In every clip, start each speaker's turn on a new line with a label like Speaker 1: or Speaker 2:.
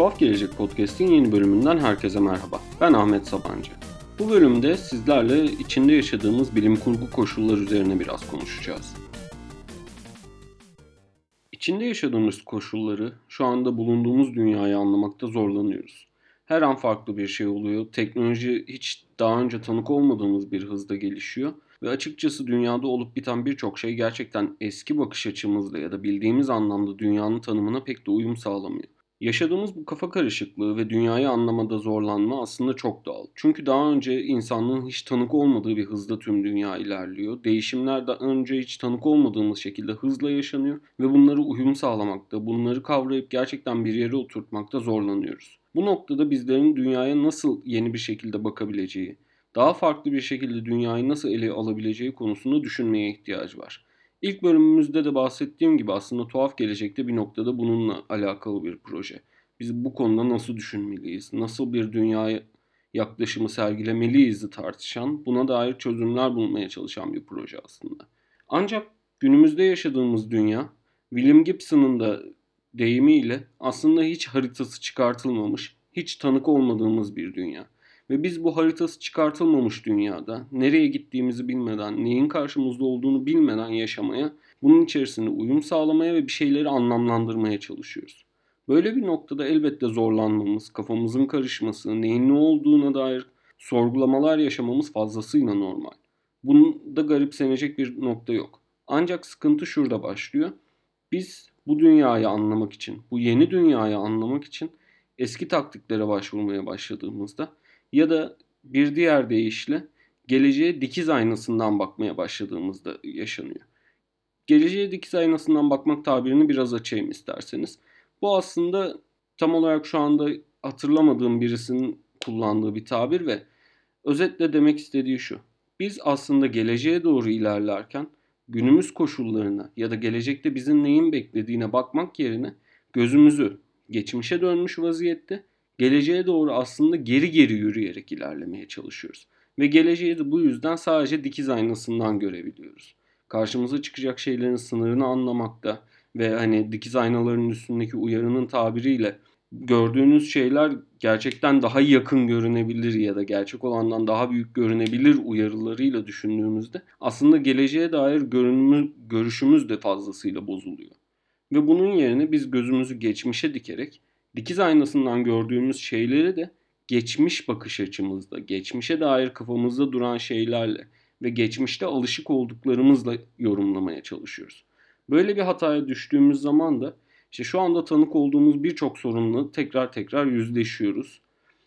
Speaker 1: Tuhaf Gelecek Podcast'in yeni bölümünden herkese merhaba. Ben Ahmet Sabancı. Bu bölümde sizlerle içinde yaşadığımız bilim kurgu koşullar üzerine biraz konuşacağız. İçinde yaşadığımız koşulları, şu anda bulunduğumuz dünyayı anlamakta zorlanıyoruz. Her an farklı bir şey oluyor. Teknoloji hiç daha önce tanık olmadığımız bir hızda gelişiyor. Ve açıkçası dünyada olup biten birçok şey gerçekten eski bakış açımızla ya da bildiğimiz anlamda dünyanın tanımına pek de uyum sağlamıyor. Yaşadığımız bu kafa karışıklığı ve dünyayı anlamada zorlanma aslında çok doğal. Çünkü daha önce insanlığın hiç tanık olmadığı bir hızda tüm dünya ilerliyor. Değişimler daha önce hiç tanık olmadığımız şekilde hızla yaşanıyor ve bunlara uyum sağlamakta, bunları kavrayıp gerçekten bir yere oturtmakta zorlanıyoruz. Bu noktada bizlerin dünyaya nasıl yeni bir şekilde bakabileceği, daha farklı bir şekilde dünyayı nasıl ele alabileceği konusunda düşünmeye ihtiyacı var. İlk bölümümüzde de bahsettiğim gibi aslında Tuhaf Gelecek'te bir noktada bununla alakalı bir proje. Biz bu konuda nasıl düşünmeliyiz, nasıl bir dünyaya yaklaşımı sergilemeliyiz tartışan, buna dair çözümler bulmaya çalışan bir proje aslında. Ancak günümüzde yaşadığımız dünya, William Gibson'ın da deyimiyle aslında hiç haritası çıkartılmamış, hiç tanık olmadığımız bir dünya. Ve biz bu haritası çıkartılmamış dünyada nereye gittiğimizi bilmeden, neyin karşımızda olduğunu bilmeden yaşamaya, bunun içerisinde uyum sağlamaya ve bir şeyleri anlamlandırmaya çalışıyoruz. Böyle bir noktada elbette zorlanmamız, kafamızın karışması, neyin ne olduğuna dair sorgulamalar yaşamamız fazlasıyla normal. Bunda garipsenecek bir nokta yok. Ancak sıkıntı şurada başlıyor. Biz bu dünyayı anlamak için, bu yeni dünyayı anlamak için eski taktiklere başvurmaya başladığımızda ya da bir diğer deyişle geleceğe dikiz aynasından bakmaya başladığımızda yaşanıyor. Geleceğe dikiz aynasından bakmak tabirini biraz açayım isterseniz. Bu aslında tam olarak şu anda hatırlamadığım birisinin kullandığı bir tabir ve özetle demek istediği şu. Biz aslında geleceğe doğru ilerlerken günümüz koşullarına ya da gelecekte bizim neyin beklediğine bakmak yerine gözümüzü geçmişe dönmüş vaziyette geleceğe doğru aslında geri geri yürüyerek ilerlemeye çalışıyoruz. Ve geleceği de bu yüzden sadece dikiz aynasından görebiliyoruz. Karşımıza çıkacak şeylerin sınırını anlamakta ve hani dikiz aynalarının üstündeki uyarının tabiriyle gördüğünüz şeyler gerçekten daha yakın görünebilir ya da gerçek olandan daha büyük görünebilir uyarılarıyla düşündüğümüzde aslında geleceğe dair görüşümüz de fazlasıyla bozuluyor. Ve bunun yerine biz gözümüzü geçmişe dikerek dikiz aynasından gördüğümüz şeyleri de geçmiş bakış açımızda, geçmişe dair kafamızda duran şeylerle ve geçmişte alışık olduklarımızla yorumlamaya çalışıyoruz. Böyle bir hataya düştüğümüz zaman da işte şu anda tanık olduğumuz birçok sorunla tekrar tekrar yüzleşiyoruz.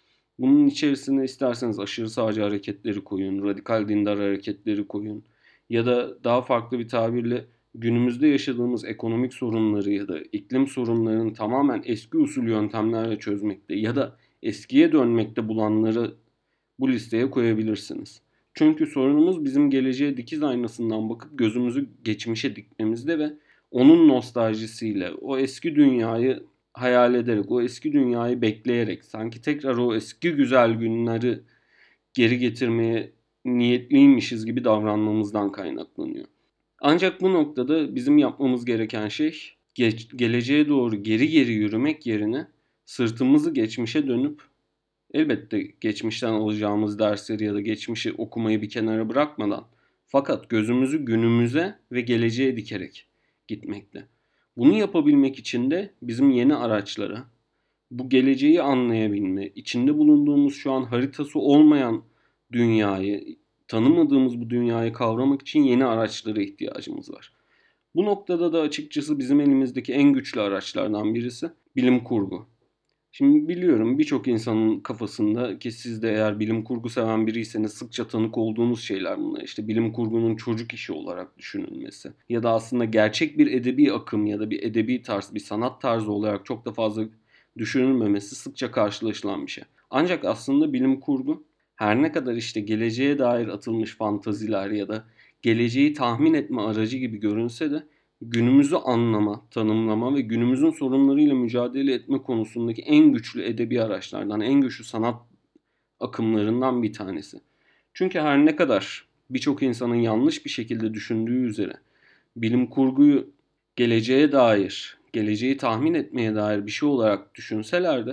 Speaker 1: Bunun içerisine isterseniz aşırı sağcı hareketleri koyun, radikal dindar hareketleri koyun ya da daha farklı bir tabirle günümüzde yaşadığımız ekonomik sorunları ya da iklim sorunlarını tamamen eski usul yöntemlerle çözmekte ya da eskiye dönmekte bulanları bu listeye koyabilirsiniz. Çünkü sorunumuz bizim geleceğe dikiz aynasından bakıp gözümüzü geçmişe dikmemizde ve onun nostaljisiyle o eski dünyayı hayal ederek, o eski dünyayı bekleyerek sanki tekrar o eski güzel günleri geri getirmeye niyetliymişiz gibi davranmamızdan kaynaklanıyor. Ancak bu noktada bizim yapmamız gereken şey geleceğe doğru geri geri yürümek yerine sırtımızı geçmişe dönüp elbette geçmişten alacağımız dersleri ya da geçmişi okumayı bir kenara bırakmadan fakat gözümüzü günümüze ve geleceğe dikerek gitmekte. Bunu yapabilmek için de bizim yeni araçlara, bu geleceği anlayabilme, içinde bulunduğumuz şu an haritası olmayan dünyayı, tanımadığımız bu dünyayı kavramak için yeni araçlara ihtiyacımız var. Bu noktada da açıkçası bizim elimizdeki en güçlü araçlardan birisi bilim kurgu. Şimdi biliyorum birçok insanın kafasında ki siz de eğer bilim kurgu seven biriyseniz sıkça tanık olduğunuz şeyler bunlar. İşte bilim kurgunun çocuk işi olarak düşünülmesi ya da aslında gerçek bir edebi akım ya da bir edebi tarz, bir sanat tarzı olarak çok da fazla düşünülmemesi sıkça karşılaşılan bir şey. Ancak aslında bilim kurgu her ne kadar işte geleceğe dair atılmış fantaziler ya da geleceği tahmin etme aracı gibi görünse de günümüzü anlama, tanımlama ve günümüzün sorunlarıyla mücadele etme konusundaki en güçlü edebi araçlardan, en güçlü sanat akımlarından bir tanesi. Çünkü her ne kadar birçok insanın yanlış bir şekilde düşündüğü üzere bilim kurguyu geleceğe dair, geleceği tahmin etmeye dair bir şey olarak düşünseler de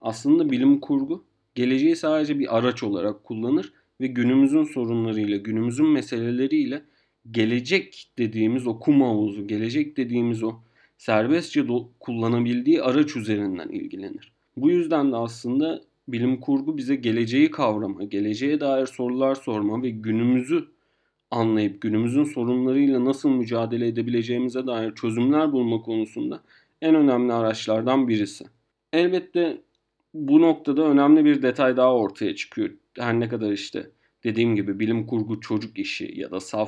Speaker 1: Aslında bilim kurgu geleceği sadece bir araç olarak kullanır ve günümüzün sorunlarıyla, günümüzün meseleleriyle gelecek dediğimiz o kum havuzu, gelecek dediğimiz o serbestçe kullanabildiği araç üzerinden ilgilenir. Bu yüzden de aslında bilim kurgu bize geleceği kavrama, geleceğe dair sorular sorma ve günümüzü anlayıp günümüzün sorunlarıyla nasıl mücadele edebileceğimize dair çözümler bulma konusunda en önemli araçlardan birisi. Elbette bu noktada önemli bir detay daha ortaya çıkıyor. Her ne kadar işte dediğim gibi bilim kurgu çocuk işi ya da saf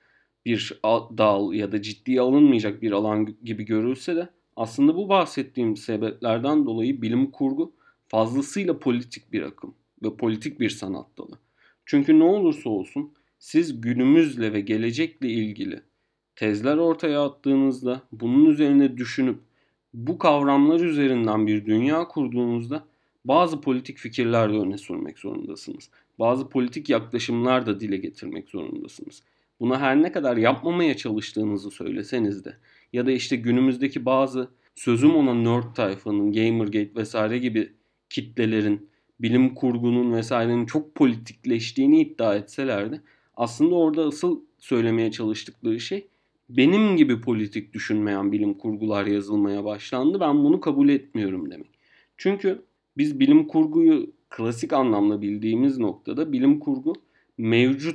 Speaker 1: bir dal ya da ciddiye alınmayacak bir alan gibi görülse de aslında bu bahsettiğim sebeplerden dolayı bilim kurgu fazlasıyla politik bir akım ve politik bir sanat dalı. Çünkü ne olursa olsun siz günümüzle ve gelecekle ilgili tezler ortaya attığınızda, bunun üzerine düşünüp bu kavramlar üzerinden bir dünya kurduğunuzda bazı politik fikirler de öne sürmek zorundasınız. Bazı politik yaklaşımlar da dile getirmek zorundasınız. Buna her ne kadar yapmamaya çalıştığınızı söyleseniz de ya da işte günümüzdeki bazı sözüm ona nerd tayfanın, Gamergate vesaire gibi kitlelerin bilim kurgunun vesairenin çok politikleştiğini iddia etseler de aslında orada asıl söylemeye çalıştıkları şey benim gibi politik düşünmeyen bilim kurgular yazılmaya başlandı. Ben bunu kabul etmiyorum demek. Çünkü biz bilim kurguyu klasik anlamda bildiğimiz noktada bilim kurgu mevcut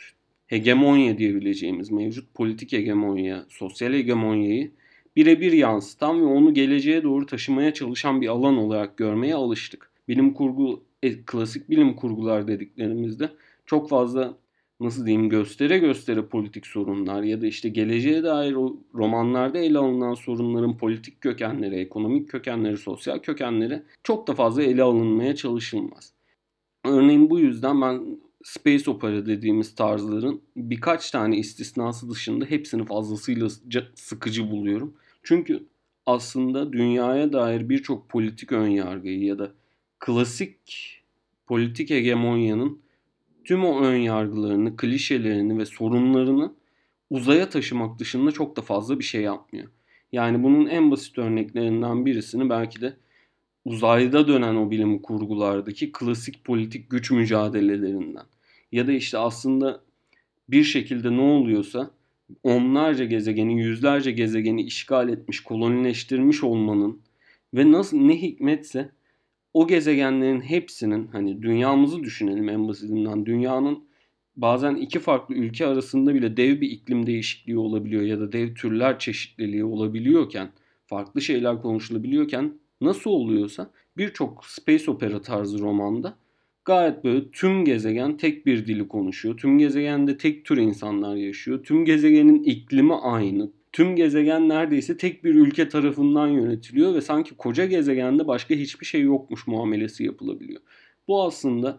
Speaker 1: hegemonya diyebileceğimiz mevcut politik hegemonya, sosyal hegemonyayı birebir yansıtan ve onu geleceğe doğru taşımaya çalışan bir alan olarak görmeye alıştık. Bilim kurgu, klasik bilim kurgular dediklerimizde çok fazla nasıl diyeyim göstere göstere politik sorunlar ya da işte geleceğe dair o romanlarda ele alınan sorunların politik kökenleri, ekonomik kökenleri, sosyal kökenleri çok da fazla ele alınmaya çalışılmaz. Örneğin bu yüzden ben space opera dediğimiz tarzların birkaç tane istisnası dışında hepsini fazlasıyla sıkıcı buluyorum. Çünkü aslında dünyaya dair birçok politik önyargıyı ya da klasik politik hegemonyanın tüm o ön yargılarını, klişelerini ve sorunlarını uzaya taşımak dışında çok da fazla bir şey yapmıyor. Yani bunun en basit örneklerinden birisini belki de uzayda dönen o bilim kurgulardaki klasik politik güç mücadelelerinden. Ya da işte aslında bir şekilde ne oluyorsa onlarca gezegeni, yüzlerce gezegeni işgal etmiş, kolonileştirmiş olmanın ve nasıl ne hikmetse o gezegenlerin hepsinin hani dünyamızı düşünelim en basitinden. Dünyanın bazen iki farklı ülke arasında bile dev bir iklim değişikliği olabiliyor ya da dev türler çeşitliliği olabiliyorken, farklı şeyler konuşulabiliyorken nasıl oluyorsa birçok space opera tarzı romanda gayet böyle tüm gezegen tek bir dili konuşuyor. Tüm gezegende tek tür insanlar yaşıyor. Tüm gezegenin iklimi aynı. Tüm gezegen neredeyse tek bir ülke tarafından yönetiliyor ve sanki koca gezegende başka hiçbir şey yokmuş muamelesi yapılabiliyor. Bu aslında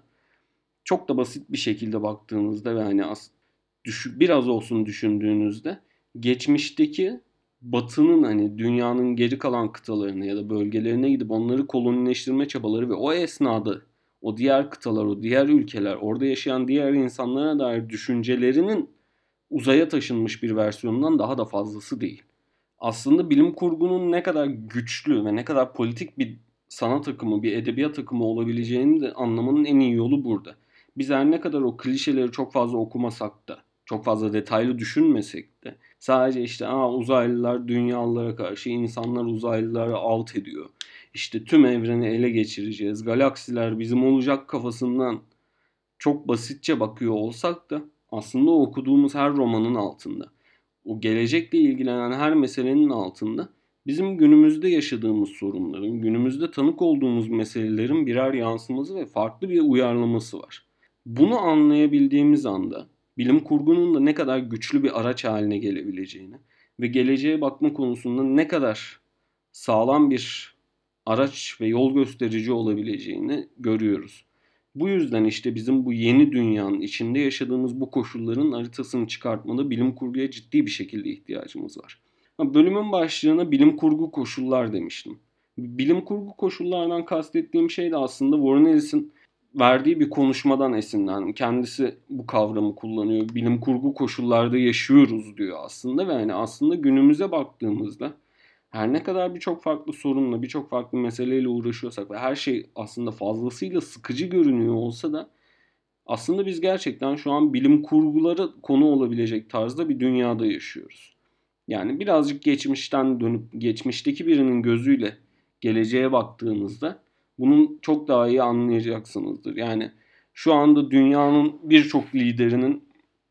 Speaker 1: çok da basit bir şekilde baktığınızda ve hani biraz olsun düşündüğünüzde geçmişteki Batı'nın hani dünyanın geri kalan kıtalarına ya da bölgelerine gidip onları kolonileştirme çabaları ve o esnada o diğer kıtalar, o diğer ülkeler, orada yaşayan diğer insanlara dair düşüncelerinin uzaya taşınmış bir versiyonundan daha da fazlası değil. Aslında bilim kurgunun ne kadar güçlü ve ne kadar politik bir sanat akımı, bir edebiyat akımı olabileceğini de anlamanın en iyi yolu burada. Biz her ne kadar o klişeleri çok fazla okumasak da, çok fazla detaylı düşünmesek de sadece işte uzaylılar dünyalılara karşı, insanlar uzaylıları alt ediyor. İşte tüm evreni ele geçireceğiz, galaksiler bizim olacak kafasından çok basitçe bakıyor olsak da aslında o okuduğumuz her romanın altında, o gelecekle ilgilenen her meselenin altında bizim günümüzde yaşadığımız sorunların, günümüzde tanık olduğumuz meselelerin birer yansıması ve farklı bir uyarlaması var. Bunu anlayabildiğimiz anda bilim kurgunun da ne kadar güçlü bir araç haline gelebileceğini ve geleceğe bakma konusunda ne kadar sağlam bir araç ve yol gösterici olabileceğini görüyoruz. Bu yüzden işte bizim bu yeni dünyanın içinde yaşadığımız bu koşulların haritasını çıkartmada bilim kurguya ciddi bir şekilde ihtiyacımız var. Bölümün başlığına bilim kurgu koşullar demiştim. Bilim kurgu koşullardan kastettiğim şey de aslında Warren Ellis'in verdiği bir konuşmadan esinlendim. Kendisi bu kavramı kullanıyor. Bilim kurgu koşullarda yaşıyoruz diyor aslında ve yani aslında günümüze baktığımızda Her ne kadar birçok farklı sorunla, birçok farklı meseleyle uğraşıyorsak ve her şey aslında fazlasıyla sıkıcı görünüyor olsa da aslında biz gerçekten şu an bilim kurgulara konu olabilecek tarzda bir dünyada yaşıyoruz. Yani birazcık geçmişten dönüp geçmişteki birinin gözüyle geleceğe baktığınızda bunun çok daha iyi anlayacaksınızdır. Yani şu anda dünyanın birçok liderinin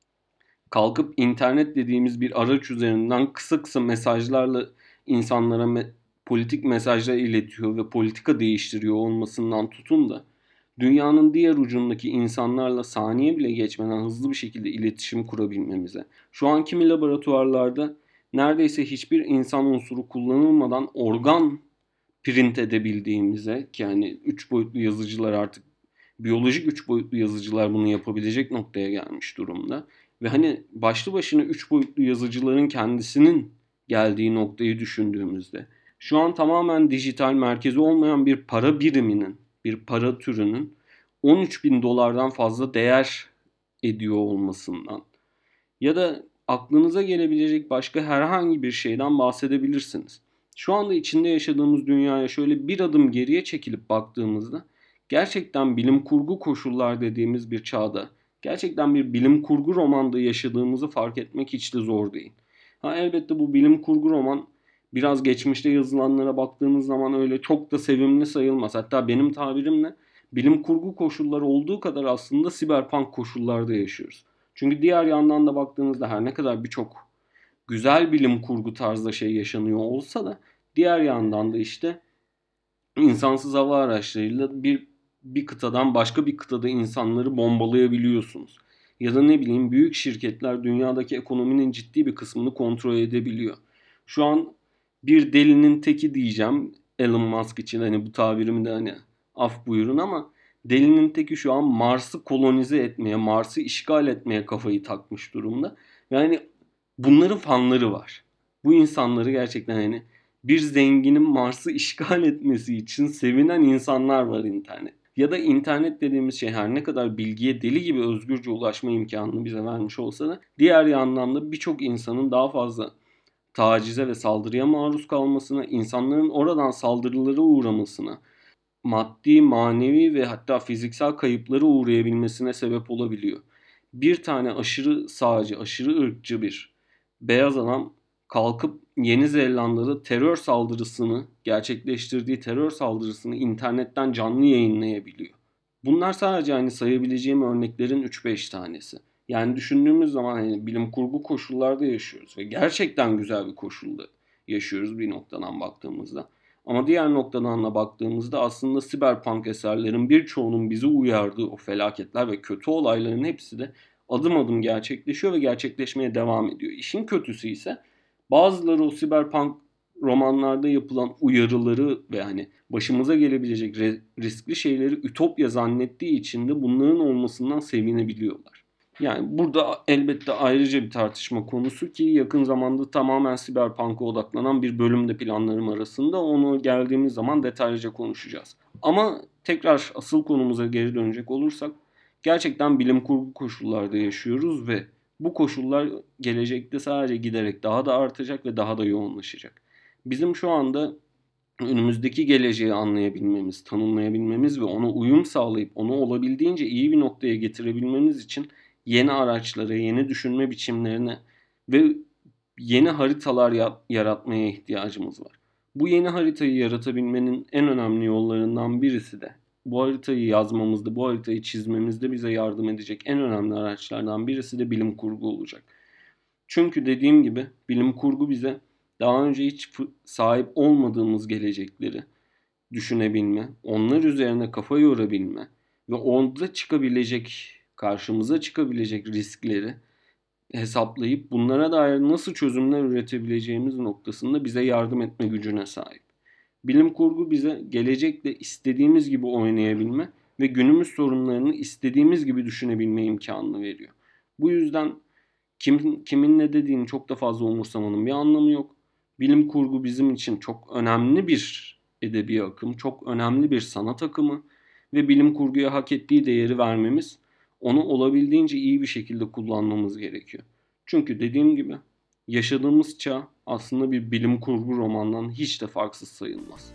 Speaker 1: kalkıp internet dediğimiz bir araç üzerinden kısa kısa mesajlarla insanlara politik mesajlar iletiyor ve politika değiştiriyor olmasından tutun da dünyanın diğer ucundaki insanlarla saniye bile geçmeden hızlı bir şekilde iletişim kurabilmemize, şu an kimi laboratuvarlarda neredeyse hiçbir insan unsuru kullanılmadan organ print edebildiğimize, ki yani 3 boyutlu yazıcılar artık, biyolojik 3 boyutlu yazıcılar bunu yapabilecek noktaya gelmiş durumda. Ve hani başlı başına 3 boyutlu yazıcıların kendisinin geldiği noktayı düşündüğümüzde şu an tamamen dijital, merkezi olmayan bir para biriminin, bir para türünün 13 bin dolardan fazla değer ediyor olmasından ya da aklınıza gelebilecek başka herhangi bir şeyden bahsedebilirsiniz. Şu anda içinde yaşadığımız dünyaya şöyle bir adım geriye çekilip baktığımızda gerçekten bilim kurgu koşullar dediğimiz bir çağda, gerçekten bir bilim kurgu romanda yaşadığımızı fark etmek hiç de zor değil. Ha, elbette bu bilim kurgu roman biraz geçmişte yazılanlara baktığınız zaman öyle çok da sevimli sayılmaz. Hatta benim tabirimle bilim kurgu koşulları olduğu kadar aslında siberpunk koşullarda yaşıyoruz. Çünkü diğer yandan da baktığınızda her ne kadar birçok güzel bilim kurgu tarzda şey yaşanıyor olsa da diğer yandan da işte insansız hava araçlarıyla bir kıtadan başka bir kıtada insanları bombalayabiliyorsunuz. Ya da ne bileyim, büyük şirketler dünyadaki ekonominin ciddi bir kısmını kontrol edebiliyor. Şu an bir delinin teki diyeceğim Elon Musk için, hani bu tabirimi de hani af buyurun, ama delinin teki şu an Mars'ı kolonize etmeye, Mars'ı işgal etmeye kafayı takmış durumda. Yani bunların fanları var. Bu insanları gerçekten hani bir zenginin Mars'ı işgal etmesi için sevinen insanlar var internet. Ya da internet dediğimiz şey her ne kadar bilgiye deli gibi özgürce ulaşma imkanını bize vermiş olsa da diğer yandan da birçok insanın daha fazla tacize ve saldırıya maruz kalmasına, insanların oradan saldırılara uğramasına, maddi, manevi ve hatta fiziksel kayıplara uğrayabilmesine sebep olabiliyor. Bir tane aşırı sağcı, aşırı ırkçı bir beyaz adam kalkıp Yeni Zelanda'da gerçekleştirdiği terör saldırısını internetten canlı yayınlayabiliyor. Bunlar sadece hani sayabileceğim örneklerin 3-5 tanesi. Yani düşündüğümüz zaman hani bilim kurgu koşullarda yaşıyoruz ve gerçekten güzel bir koşulda yaşıyoruz bir noktadan baktığımızda. Ama diğer noktadan da baktığımızda aslında siberpunk eserlerin birçoğunun bizi uyardığı o felaketler ve kötü olayların hepsi de adım adım gerçekleşiyor ve gerçekleşmeye devam ediyor. İşin kötüsü ise bazıları o siberpunk romanlarda yapılan uyarıları ve hani başımıza gelebilecek riskli şeyleri ütopya zannettiği için de bunların olmasından sevinebiliyorlar. Yani burada elbette ayrıca bir tartışma konusu ki yakın zamanda tamamen siberpunk'a odaklanan bir bölüm de planlarım arasında. Onu geldiğimiz zaman detaylıca konuşacağız. Ama tekrar asıl konumuza geri dönecek olursak gerçekten bilim kurgu koşullarda yaşıyoruz ve bu koşullar gelecekte sadece giderek daha da artacak ve daha da yoğunlaşacak. Bizim şu anda önümüzdeki geleceği anlayabilmemiz, tanımlayabilmemiz ve ona uyum sağlayıp onu olabildiğince iyi bir noktaya getirebilmemiz için yeni araçlara, yeni düşünme biçimlerine ve yeni haritalar yaratmaya ihtiyacımız var. Bu yeni haritayı yaratabilmenin en önemli yollarından birisi de bu haritayı yazmamızda, bu haritayı çizmemizde bize yardım edecek en önemli araçlardan birisi de bilim kurgu olacak. Çünkü dediğim gibi bilim kurgu bize daha önce hiç sahip olmadığımız gelecekleri düşünebilme, onlar üzerine kafa yorabilme ve onda çıkabilecek, karşımıza çıkabilecek riskleri hesaplayıp bunlara dair nasıl çözümler üretebileceğimiz noktasında bize yardım etme gücüne sahip. Bilim kurgu bize gelecekle istediğimiz gibi oynayabilme ve günümüz sorunlarını istediğimiz gibi düşünebilme imkanını veriyor. Bu yüzden kimin ne dediğini çok da fazla umursamanın bir anlamı yok. Bilim kurgu bizim için çok önemli bir edebi akım, çok önemli bir sanat akımı ve bilim kurguya hak ettiği değeri vermemiz, onu olabildiğince iyi bir şekilde kullanmamız gerekiyor. Çünkü dediğim gibi yaşadığımız çağ aslında bir bilim kurgu romandan hiç de farksız sayılmaz.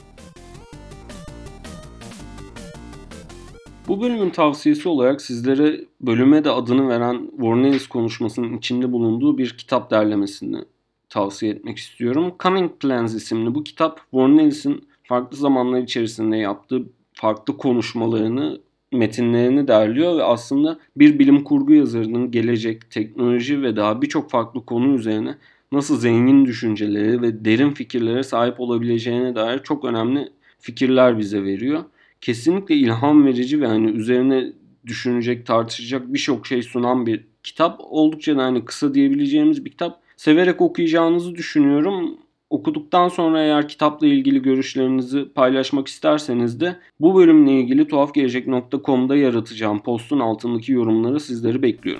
Speaker 1: Bu bölümün tavsiyesi olarak sizlere bölüme de adını veren Warren Ellis konuşmasının içinde bulunduğu bir kitap derlemesini tavsiye etmek istiyorum. Coming Plans isimli bu kitap Warren Ellis'in farklı zamanlar içerisinde yaptığı farklı konuşmalarını, metinlerini derliyor ve aslında bir bilim kurgu yazarının gelecek, teknoloji ve daha birçok farklı konu üzerine nasıl zengin düşünceleri ve derin fikirlere sahip olabileceğine dair çok önemli fikirler bize veriyor. Kesinlikle ilham verici ve üzerine düşünecek, tartışacak birçok şey sunan bir kitap. Oldukça da kısa diyebileceğimiz bir kitap. Severek okuyacağınızı düşünüyorum. Okuduktan sonra eğer kitapla ilgili görüşlerinizi paylaşmak isterseniz de bu bölümle ilgili tuhafgelecek.com'da yaratacağım postun altındaki yorumları sizleri bekliyorum.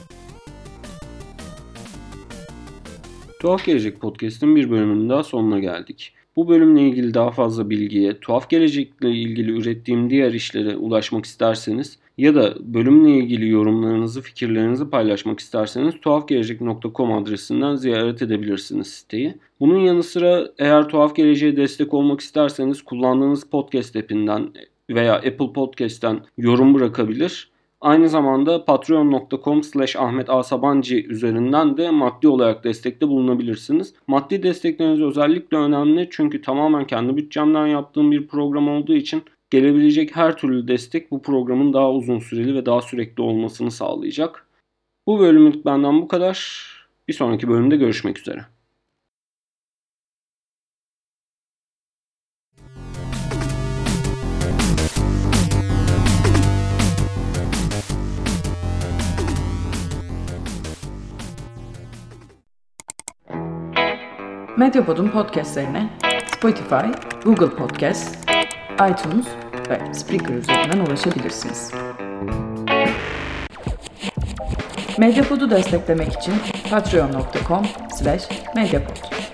Speaker 1: Tuhaf Gelecek Podcast'ın bir bölümünün daha sonuna geldik. Bu bölümle ilgili daha fazla bilgiye, Tuhaf Gelecek'le ilgili ürettiğim diğer işlere ulaşmak isterseniz ya da bölümle ilgili yorumlarınızı, fikirlerinizi paylaşmak isterseniz tuhafgelecek.com adresinden ziyaret edebilirsiniz siteyi. Bunun yanı sıra eğer Tuhaf Gelecek'e destek olmak isterseniz kullandığınız podcast app'inden veya Apple Podcast'ten yorum bırakabilir. Aynı zamanda patreon.com/ahmetasabancı üzerinden de maddi olarak destekte bulunabilirsiniz. Maddi destekleriniz özellikle önemli çünkü tamamen kendi bütçemden yaptığım bir program olduğu için gelebilecek her türlü destek bu programın daha uzun süreli ve daha sürekli olmasını sağlayacak. Bu bölümlük benden bu kadar. Bir sonraki bölümde görüşmek üzere.
Speaker 2: Medyapod'un podcastlerine Spotify, Google Podcast, iTunes ve Spreaker üzerinden ulaşabilirsiniz. Medyapod'u desteklemek için patreon.com/medyapod.